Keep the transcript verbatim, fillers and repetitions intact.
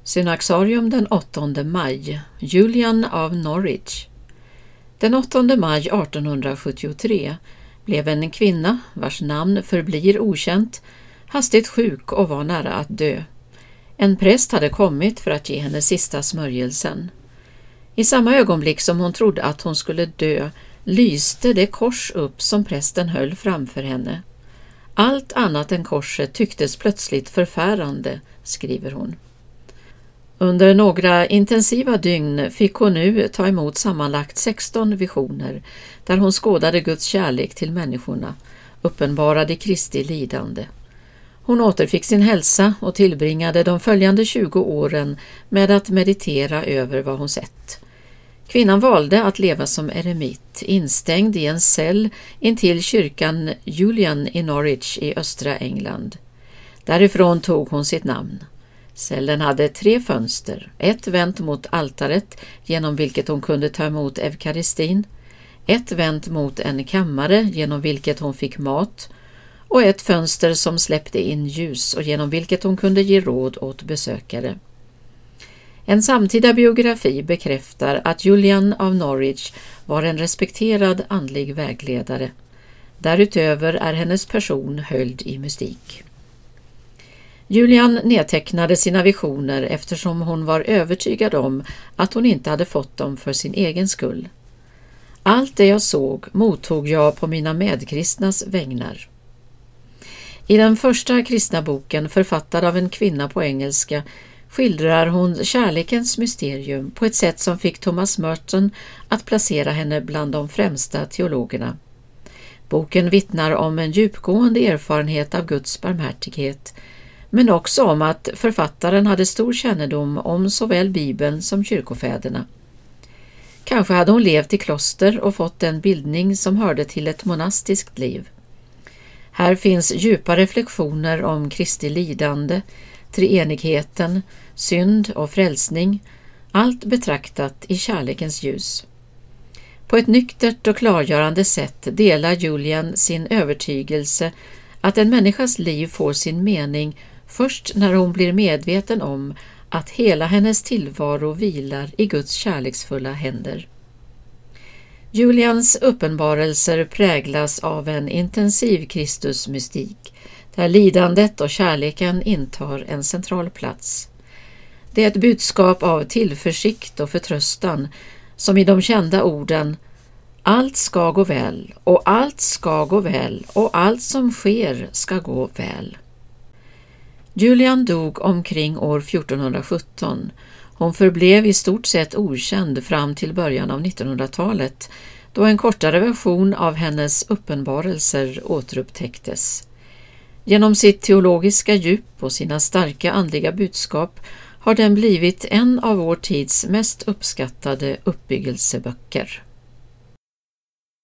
Synaxarium den åttonde maj. Julian av Norwich. Den åttonde maj artonhundrasjuttiotre blev en kvinna, vars namn förblir okänt, hastigt sjuk och var nära att dö. En präst hade kommit för att ge henne sista smörjelsen. I samma ögonblick som hon trodde att hon skulle dö lyste det kors upp som prästen höll framför henne. Allt annat än korset tycktes plötsligt förfärande, skriver hon. Under några intensiva dygn fick hon nu ta emot sammanlagt sexton visioner där hon skådade Guds kärlek till människorna, uppenbarade Kristi lidande. Hon återfick sin hälsa och tillbringade de följande tjugo åren med att meditera över vad hon sett. Kvinnan valde att leva som eremit, instängd i en cell intill kyrkan Julian i Norwich i östra England. Därifrån tog hon sitt namn. Cellen hade tre fönster, ett vänt mot altaret genom vilket hon kunde ta emot eukaristin, ett vänt mot en kammare genom vilket hon fick mat och ett fönster som släppte in ljus och genom vilket hon kunde ge råd åt besökare. En samtida biografi bekräftar att Julian av Norwich var en respekterad andlig vägledare. Därutöver är hennes person höljd i mystik. Julian nedtecknade sina visioner eftersom hon var övertygad om att hon inte hade fått dem för sin egen skull. Allt det jag såg mottog jag på mina medkristnas vägnar. I den första kristna boken, författad av en kvinna på engelska, skildrar hon kärlekens mysterium på ett sätt som fick Thomas Merton att placera henne bland de främsta teologerna. Boken vittnar om en djupgående erfarenhet av Guds barmhärtighet, men också om att författaren hade stor kännedom om såväl Bibeln som kyrkofäderna. Kanske hade hon levt i kloster och fått en bildning som hörde till ett monastiskt liv. Här finns djupa reflektioner om Kristi lidande, treenigheten, synd och frälsning, allt betraktat i kärlekens ljus. På ett nyktert och klargörande sätt delar Julian sin övertygelse att en människas liv får sin mening först när hon blir medveten om att hela hennes tillvaro vilar i Guds kärleksfulla händer. Julians uppenbarelser präglas av en intensiv Kristusmystik, där lidandet och kärleken intar en central plats. Det är ett budskap av tillförsikt och förtröstan, som i de kända orden "Allt ska gå väl, och allt ska gå väl, och allt som sker ska gå väl." Julian dog omkring år fjortonhundrasjutton. Hon förblev i stort sett okänd fram till början av nittonhundratalet, då en kortare version av hennes uppenbarelser återupptäcktes. Genom sitt teologiska djup och sina starka andliga budskap har den blivit en av vår tids mest uppskattade uppbyggelseböcker.